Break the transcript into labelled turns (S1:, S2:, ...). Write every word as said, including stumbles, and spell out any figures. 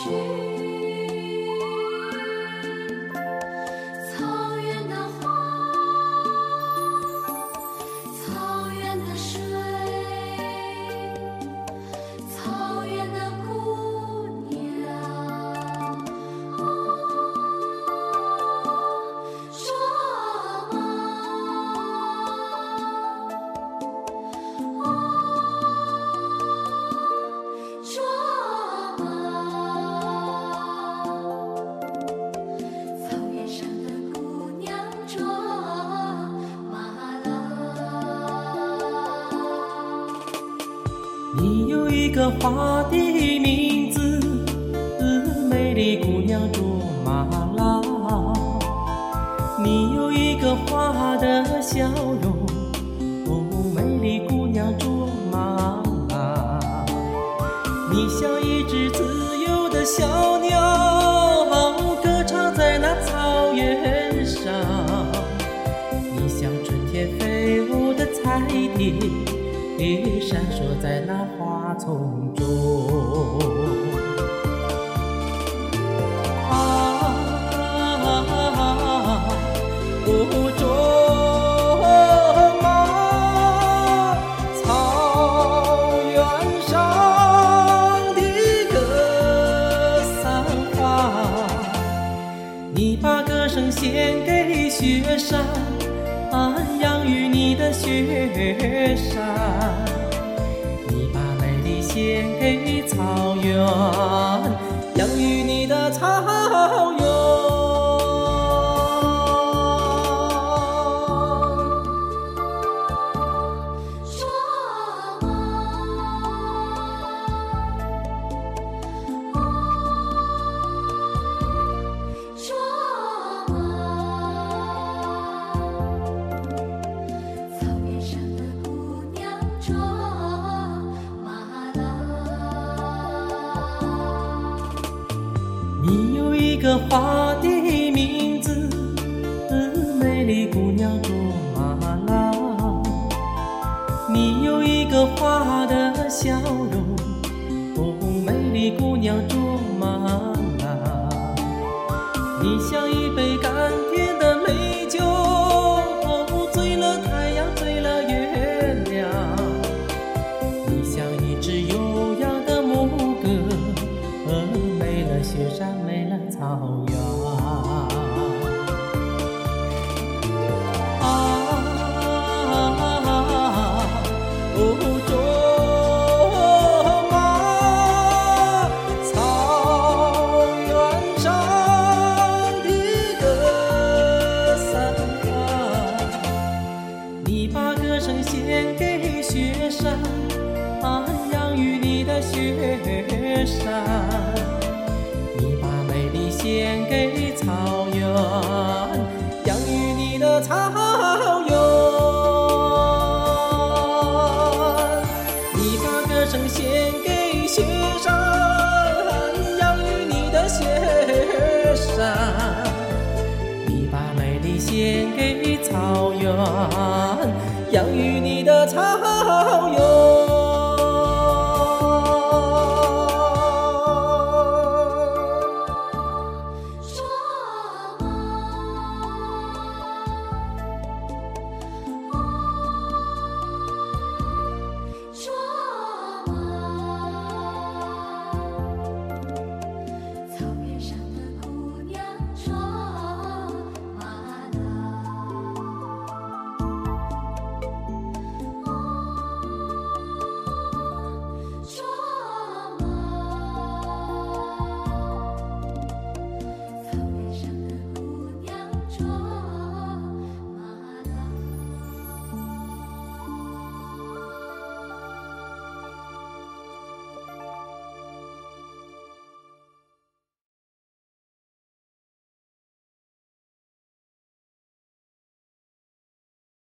S1: 草原的花，草原的水，草原的姑娘，说嘛，说嘛，草原上的姑娘卓玛拉。
S2: 你有一个花的名字，美丽姑娘卓玛拉。你有一个花的笑容，哦，美丽姑娘卓玛拉。你像一只自由的小鸟，歌唱在那草原上。你像春天飞舞的彩蝶，闪烁在那花丛中。啊，哦，卓玛，草原上的格桑花，你把歌声献给雪山，养育你的雪山。你把美丽献给草原，养育你的草原。
S1: 说嘛，说嘛，草原上的姑娘卓玛拉。
S2: 你有一个花的名字，美丽姑娘卓玛拉。你有一个花的笑容，哦，美丽姑娘卓玛拉。你像一杯甘甜的美酒，哦，醉了太阳，醉了月亮。你像一只悠扬的牧歌，美了雪山，美了草原。啊，哦，卓玛，草原上的格桑花，你把歌声献给雪山，养育你的雪山。你把美丽献给草原，养育你的草原。你把歌声献给雪山，养育你的雪山。你把美丽献给草原，养育